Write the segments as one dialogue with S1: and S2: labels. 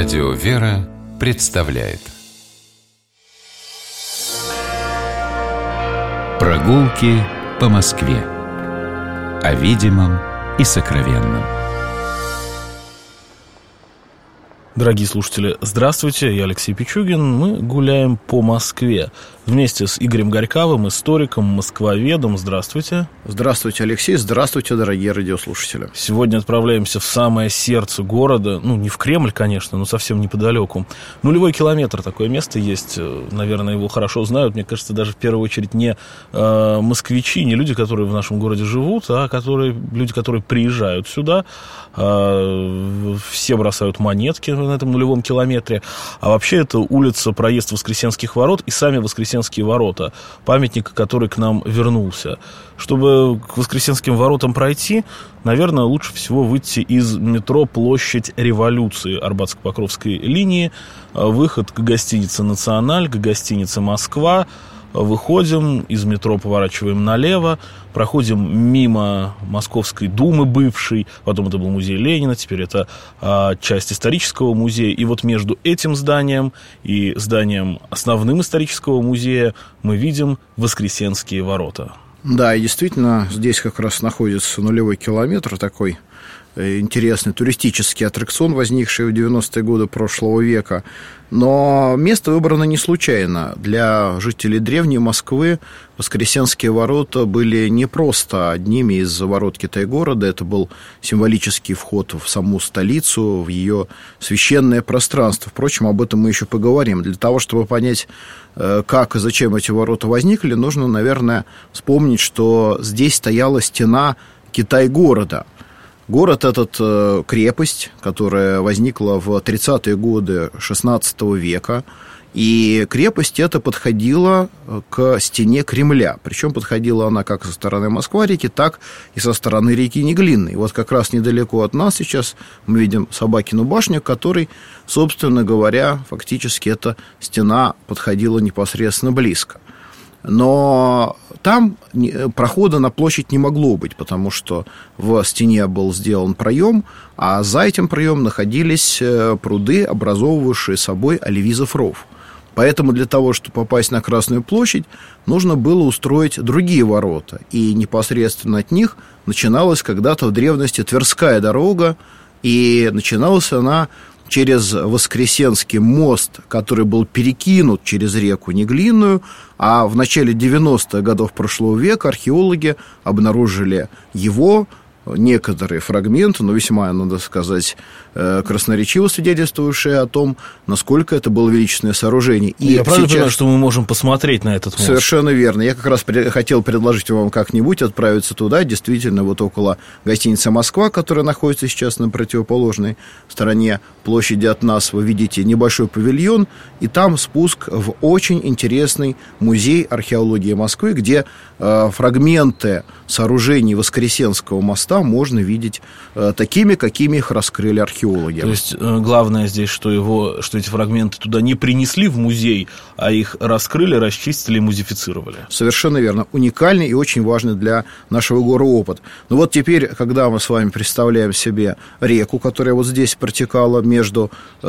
S1: Радио «Вера» представляет Прогулки по Москве. О видимом и сокровенном.
S2: Дорогие слушатели, здравствуйте, я Алексей Пичугин. Мы гуляем по Москве вместе с Игорем Горьковым, историком, москвоведом. Здравствуйте.
S3: Здравствуйте, Алексей. Здравствуйте, дорогие радиослушатели.
S2: Сегодня отправляемся в самое сердце города. Ну, не в Кремль, конечно, но совсем неподалеку. Нулевой километр, такое место есть. Наверное, его хорошо знают. Мне кажется, даже в первую очередь не москвичи, не люди, которые в нашем городе живут, а люди, которые приезжают сюда. Все бросают монетки на этом нулевом километре. А вообще это улица, проезд Воскресенских ворот и сами Воскресенские ворота, памятник, который к нам вернулся. Чтобы к Воскресенским воротам пройти, наверное, лучше всего выйти из метро Площадь Революции Арбатско-Покровской линии, выход к гостинице «Националь», к гостинице «Москва». Выходим из метро, поворачиваем налево, проходим мимо Московской думы бывшей, потом это был музей Ленина, теперь это часть исторического музея. И вот между этим зданием и зданием основным исторического музея мы видим Воскресенские ворота.
S3: Да, и действительно, здесь как раз находится нулевой километр, такой интересный туристический аттракцион, возникший в 90-е годы прошлого века. Но место выбрано не случайно. Для жителей древней Москвы Воскресенские ворота были не просто одними из ворот Китай-города. Это был символический вход в саму столицу, в ее священное пространство. Впрочем, об этом мы еще поговорим. Для того, чтобы понять, как и зачем эти ворота возникли, нужно, наверное, вспомнить, что здесь стояла стена Китай-города. Город этот, крепость, которая возникла в 30-е годы XVI века, и крепость эта подходила к стене Кремля. Причем подходила она как со стороны Москва-реки, так и со стороны реки Неглинной. И вот как раз недалеко от нас сейчас мы видим Собакину башню, к которой, собственно говоря, фактически эта стена подходила непосредственно близко. Но там прохода на площадь не могло быть, потому что в стене был сделан проем, а за этим проемом находились пруды, образовывавшие собой Оливизов ров. Поэтому для того, чтобы попасть на Красную площадь, нужно было устроить другие ворота. И непосредственно от них начиналась когда-то в древности Тверская дорога, и начиналась она через Воскресенский мост, который был перекинут через реку Неглинную, а в начале 90-х годов прошлого века археологи обнаружили его, некоторые фрагменты, но весьма, надо сказать, красноречиво свидетельствующие о том, насколько это было величественное сооружение. И
S2: я правильно понимаю, что мы можем посмотреть на этот мост?
S3: Совершенно верно. Я как раз хотел предложить вам как-нибудь отправиться туда, действительно, вот около гостиницы «Москва», которая находится сейчас на противоположной стороне площади от нас. Вы видите небольшой павильон, и там спуск в очень интересный музей археологии Москвы, где фрагменты сооружений Воскресенского моста можно видеть такими, какими их раскрыли археологи.
S2: То есть главное здесь, что эти фрагменты туда не принесли в музей, а их раскрыли, расчистили и музифицировали.
S3: Совершенно верно. Уникальный и очень важный для нашего города опыт. Но вот теперь, когда мы с вами представляем себе реку, которая вот здесь протекала между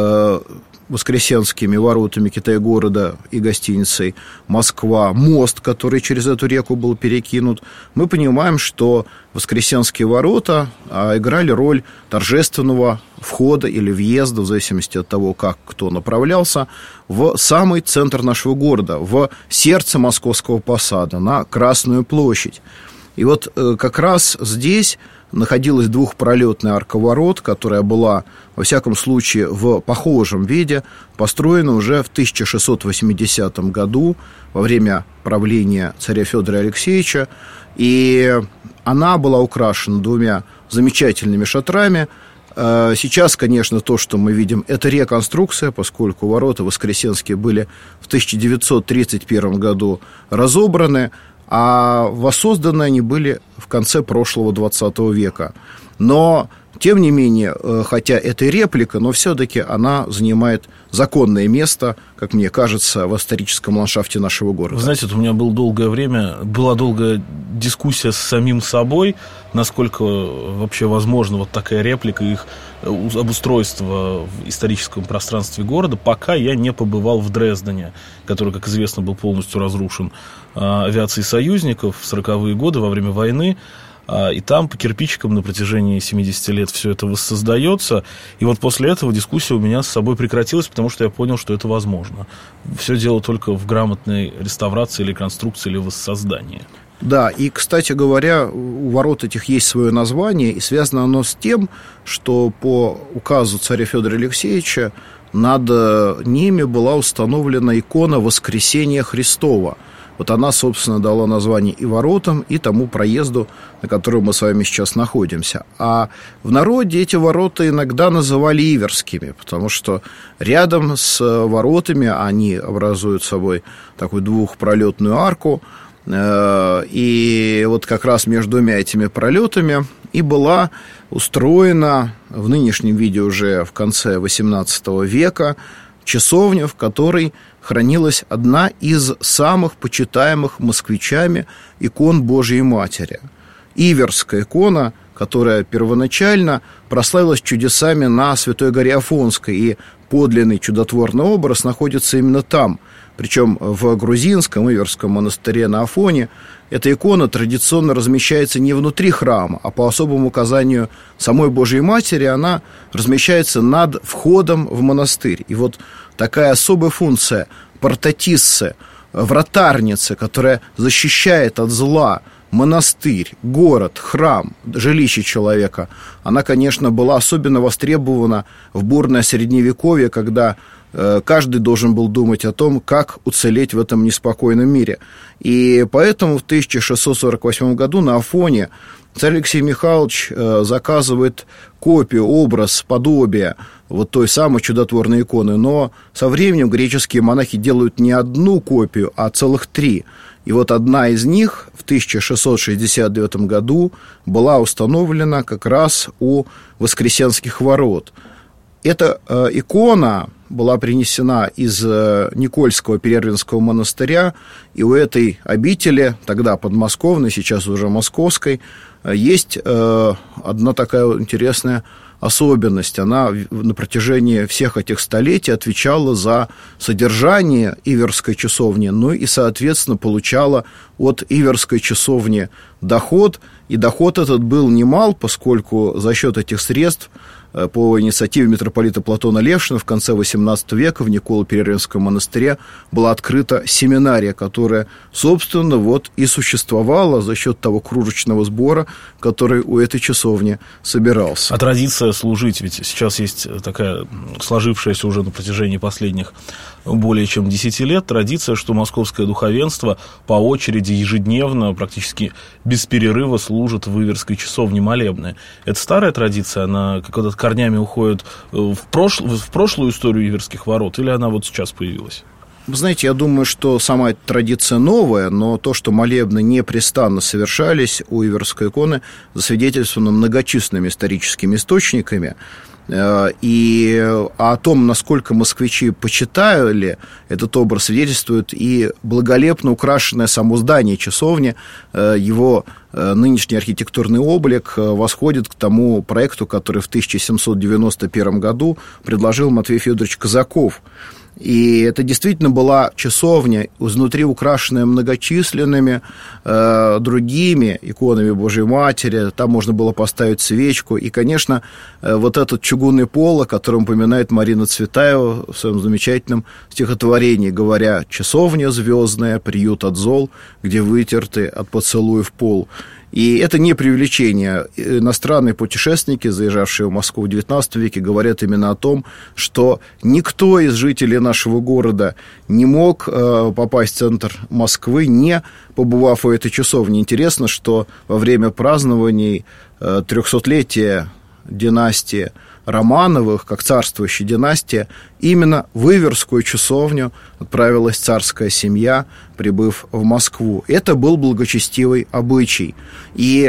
S3: Воскресенскими воротами Китай-города и гостиницей «Москва», мост, который через эту реку был перекинут, мы понимаем, что Воскресенские ворота играли роль торжественного входа или въезда, в зависимости от того, как кто направлялся, в самый центр нашего города, в сердце Московского посада, на Красную площадь. И вот как раз здесь находилась двухпролетная арка ворот, которая была, во всяком случае, в похожем виде, построена уже в 1680 году, во время правления царя Федора Алексеевича, и она была украшена двумя замечательными шатрами. Сейчас, конечно, то, что мы видим, это реконструкция, поскольку ворота Воскресенские были в 1931 году разобраны, а воссозданы они были в конце прошлого 20 века. Но тем не менее, хотя это и реплика, но все-таки она занимает законное место, как мне кажется, в историческом ландшафте нашего города.
S2: Вы знаете, у меня была долгая дискуссия с самим собой, насколько вообще возможна вот такая реплика, их обустройство в историческом пространстве города, пока я не побывал в Дрездене, который, как известно, был полностью разрушен авиацией союзников в 40-е годы во время войны. И там по кирпичикам на протяжении 70 лет все это воссоздается. И вот после этого дискуссия у меня с собой прекратилась, потому что я понял, что это возможно. Все дело только в грамотной реставрации или реконструкции, или воссоздании.
S3: Да, и, кстати говоря, у ворот этих есть свое название, и связано оно с тем, что по указу царя Федора Алексеевича над ними была установлена икона Воскресения Христова. Вот она, собственно, дала название и воротам, и тому проезду, на котором мы с вами сейчас находимся. А в народе эти ворота иногда называли Иверскими, потому что рядом с воротами они образуют собой такую двухпролетную арку, и вот как раз между двумя этими пролетами и была устроена в нынешнем виде уже в конце XVIII века часовня, в которой хранилась одна из самых почитаемых москвичами икон Божией Матери. Иверская икона, которая первоначально прославилась чудесами на Святой горе Афонской, и подлинный чудотворный образ находится именно там. Причем в грузинском Иверском монастыре на Афоне эта икона традиционно размещается не внутри храма, а по особому указанию самой Божией Матери она размещается над входом в монастырь. И вот такая особая функция портатиссы, вратарницы, которая защищает от зла монастырь, город, храм, жилище человека, она, конечно, была особенно востребована в бурное Средневековье, когда каждый должен был думать о том, как уцелеть в этом неспокойном мире. И поэтому в 1648 году на Афоне царь Алексей Михайлович заказывает копию, образ, подобие вот той самой чудотворной иконы. Но со временем греческие монахи делают не одну копию, а целых 3. И вот одна из них в 1669 году была установлена как раз у Воскресенских ворот. Эта икона была принесена из Никольского Перервинского монастыря, и у этой обители, тогда подмосковной, сейчас уже московской, есть одна такая интересная особенность. Она на протяжении всех этих столетий отвечала за содержание Иверской часовни, ну и, соответственно, получала от Иверской часовни доход, и доход этот был немал, поскольку за счет этих средств по инициативе митрополита Платона Левшина в конце XVIII века в Николо-Перервинском монастыре была открыта семинария, которая, собственно, вот и существовала за счет того кружечного сбора, который у этой часовни собирался.
S2: А традиция служить, ведь сейчас есть такая сложившаяся уже на протяжении последних более чем 10 лет традиция, что московское духовенство по очереди ежедневно, практически без перерыва служит в Иверской часовне молебны. Это старая традиция, она когда-то корнями уходит в прошлую историю Иверских ворот, или она вот сейчас появилась?
S3: Вы знаете, я думаю, что сама эта традиция новая, но то, что молебны непрестанно совершались у Иверской иконы, засвидетельствовано многочисленными историческими источниками. И о том, насколько москвичи почитали этот образ, свидетельствует и благолепно украшенное само здание часовни. Его нынешний архитектурный облик восходит к тому проекту, который в 1791 году предложил Матвей Федорович Казаков. И это действительно была часовня, изнутри украшенная многочисленными другими иконами Божьей Матери. Там можно было поставить свечку. И, конечно, вот этот чугунный пол, о котором упоминает Марина Цветаева в своем замечательном стихотворении, говоря: «Часовня звездная, приют от зол, где вытерты от поцелуев пол». И это не преувеличение. Иностранные путешественники, заезжавшие в Москву в XIX веке, говорят именно о том, что никто из жителей нашего города не мог попасть в центр Москвы, не побывав в этой часовне. Интересно, что во время празднований 300-летия династии Романовых, как царствующая династия, именно в Иверскую часовню отправилась царская семья, прибыв в Москву. Это был благочестивый обычай. И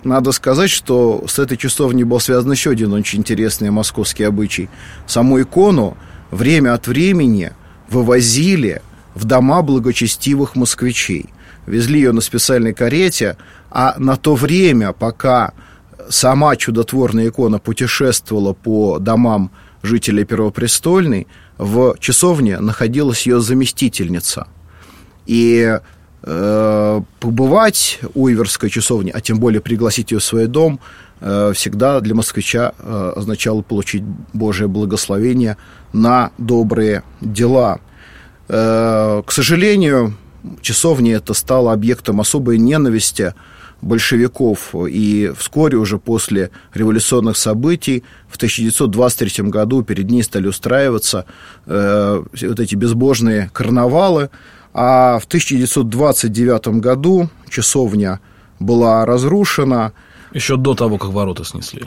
S3: надо сказать, что с этой часовней был связан еще один очень интересный московский обычай. Саму икону время от времени вывозили в дома благочестивых москвичей. Везли ее на специальной карете, а на то время, пока сама чудотворная икона путешествовала по домам жителей Первопрестольной, в часовне находилась ее заместительница. И побывать у Иверской часовни, а тем более пригласить ее в свой дом, всегда для москвича означало получить Божие благословение на добрые дела. К сожалению, часовня эта стала объектом особой ненависти большевиков, и вскоре уже после революционных событий в 1923 году перед ней стали устраиваться вот эти безбожные карнавалы, а в 1929 году часовня была разрушена.
S2: Еще до того, как ворота снесли.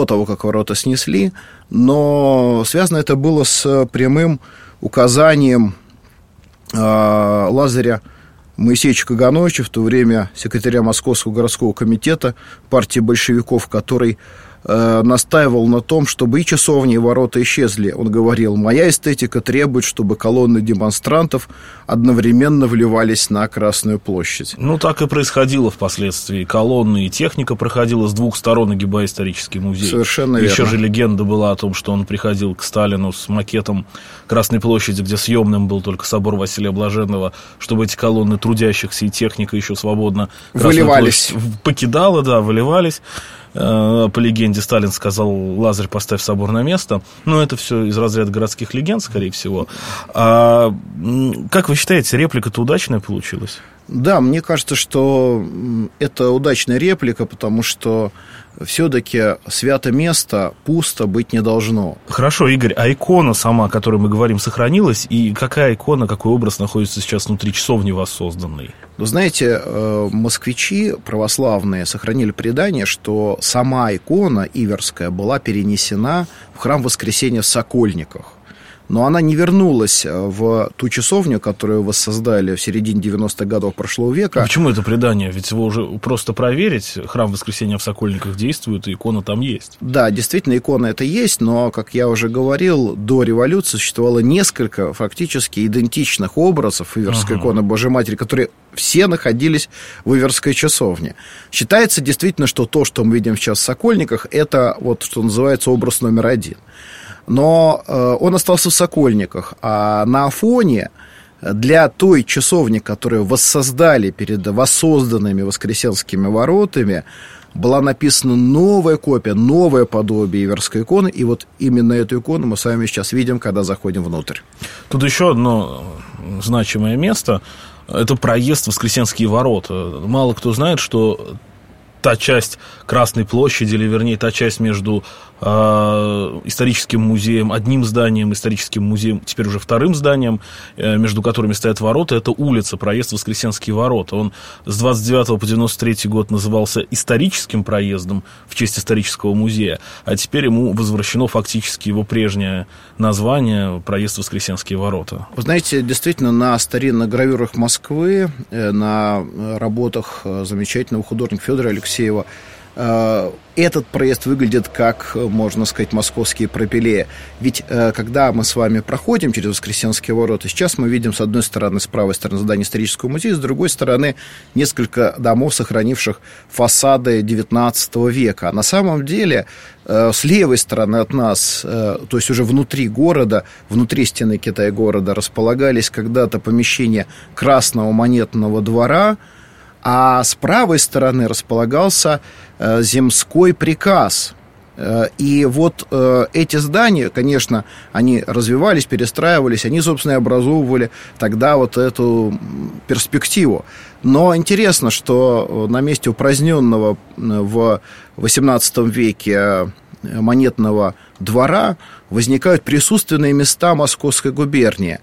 S3: Но связано это было с прямым указанием Лазаря Моисеевича Кагановича, в то время секретаря Московского городского комитета партии большевиков, который настаивал на том, чтобы и часовни, и ворота исчезли. Он говорил: моя эстетика требует, чтобы колонны демонстрантов одновременно вливались на Красную площадь.
S2: Ну, так и происходило впоследствии. Колонны и техника проходила с двух сторон, огибая исторический музей.
S3: Совершенно верно.
S2: Еще же легенда была о том, что он приходил к Сталину с макетом Красной площади, где съемным был только собор Василия Блаженного, чтобы эти колонны трудящихся и техника еще свободно
S3: выливались.
S2: Покидала, да, выливались. По легенде, Сталин сказал: Лазарь, поставь собор на место. Но это все из разряда городских легенд, скорее всего. Как вы считаете, реплика-то удачная получилась?
S3: Да, мне кажется, что это удачная реплика, потому что все-таки свято место пусто быть не должно.
S2: Хорошо, Игорь, а икона сама, о которой мы говорим, сохранилась? И какая икона, какой образ находится сейчас внутри часовни воссозданной?
S3: Ну, знаете, москвичи православные сохранили предание, что сама икона Иверская была перенесена в храм Воскресения в Сокольниках. Но она не вернулась в ту часовню, которую воссоздали в середине 90-х годов прошлого века.
S2: А почему это предание? Ведь его уже просто проверить. Храм Воскресения в Сокольниках действует, и икона там есть.
S3: Да, действительно, икона это есть, но, как я уже говорил, до революции существовало несколько фактически идентичных образов Иверской иконы Божьей Матери, которые все находились в Иверской часовне. Считается действительно, что то, что мы видим сейчас в Сокольниках, это вот, что называется, образ номер один. Но он остался в Сокольниках, а на Афоне для той часовни, которую воссоздали перед воссозданными Воскресенскими воротами, была написана новая копия, новое подобие Иверской иконы, и вот именно эту икону мы с вами сейчас видим, когда заходим внутрь.
S2: Тут еще одно значимое место – это проезд в Воскресенские ворота. Мало кто знает, что та часть Красной площади, или вернее та часть между историческим музеем, одним зданием, историческим музеем, теперь уже вторым зданием, между которыми стоят ворота, это улица, проезд Воскресенские ворота. Он с 29 по 93 год назывался историческим проездом в честь исторического музея, а теперь ему возвращено фактически его прежнее название, проезд Воскресенские ворота.
S3: Вы знаете, действительно, на старинных гравюрах Москвы, на работах замечательного художника Федора Алексеева, этот проезд выглядит как, можно сказать, московские пропилеи. Ведь когда мы с вами проходим через Воскресенские ворота, сейчас мы видим с одной стороны, с правой стороны здание исторического музея, с другой стороны несколько домов, сохранивших фасады XIX века. А на самом деле с левой стороны от нас, то есть уже внутри города, внутри стены Китай-города, располагались когда-то помещения Красного монетного двора, а с правой стороны располагался земской приказ. И вот эти здания, конечно, они развивались, перестраивались, они, собственно, и образовывали тогда вот эту перспективу. Но интересно, что на месте упраздненного в XVIII веке монетного двора возникают присутственные места Московской губернии.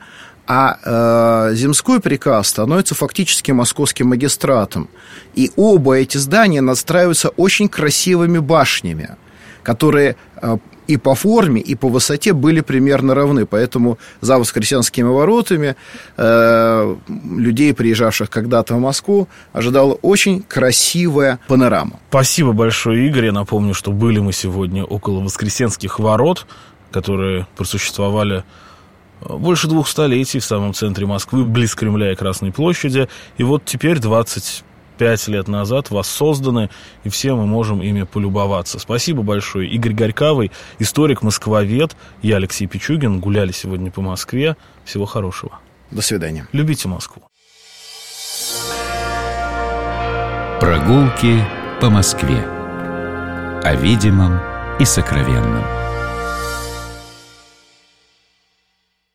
S3: А земской приказ становится фактически московским магистратом. И оба эти здания надстраиваются очень красивыми башнями, которые и по форме, и по высоте были примерно равны. Поэтому за Воскресенскими воротами людей, приезжавших когда-то в Москву, ожидала очень красивая панорама.
S2: Спасибо большое, Игорь. Я напомню, что были мы сегодня около Воскресенских ворот, которые просуществовали больше 2 столетий в самом центре Москвы, близ Кремля и Красной площади. И вот теперь, 25 лет назад, воссозданы, и все мы можем ими полюбоваться. Спасибо большое. Игорь Горькавый, историк-москвовед. Я Алексей Пичугин. Гуляли сегодня по Москве. Всего хорошего.
S3: До свидания.
S2: Любите Москву.
S1: Прогулки по Москве. О видимом и сокровенном.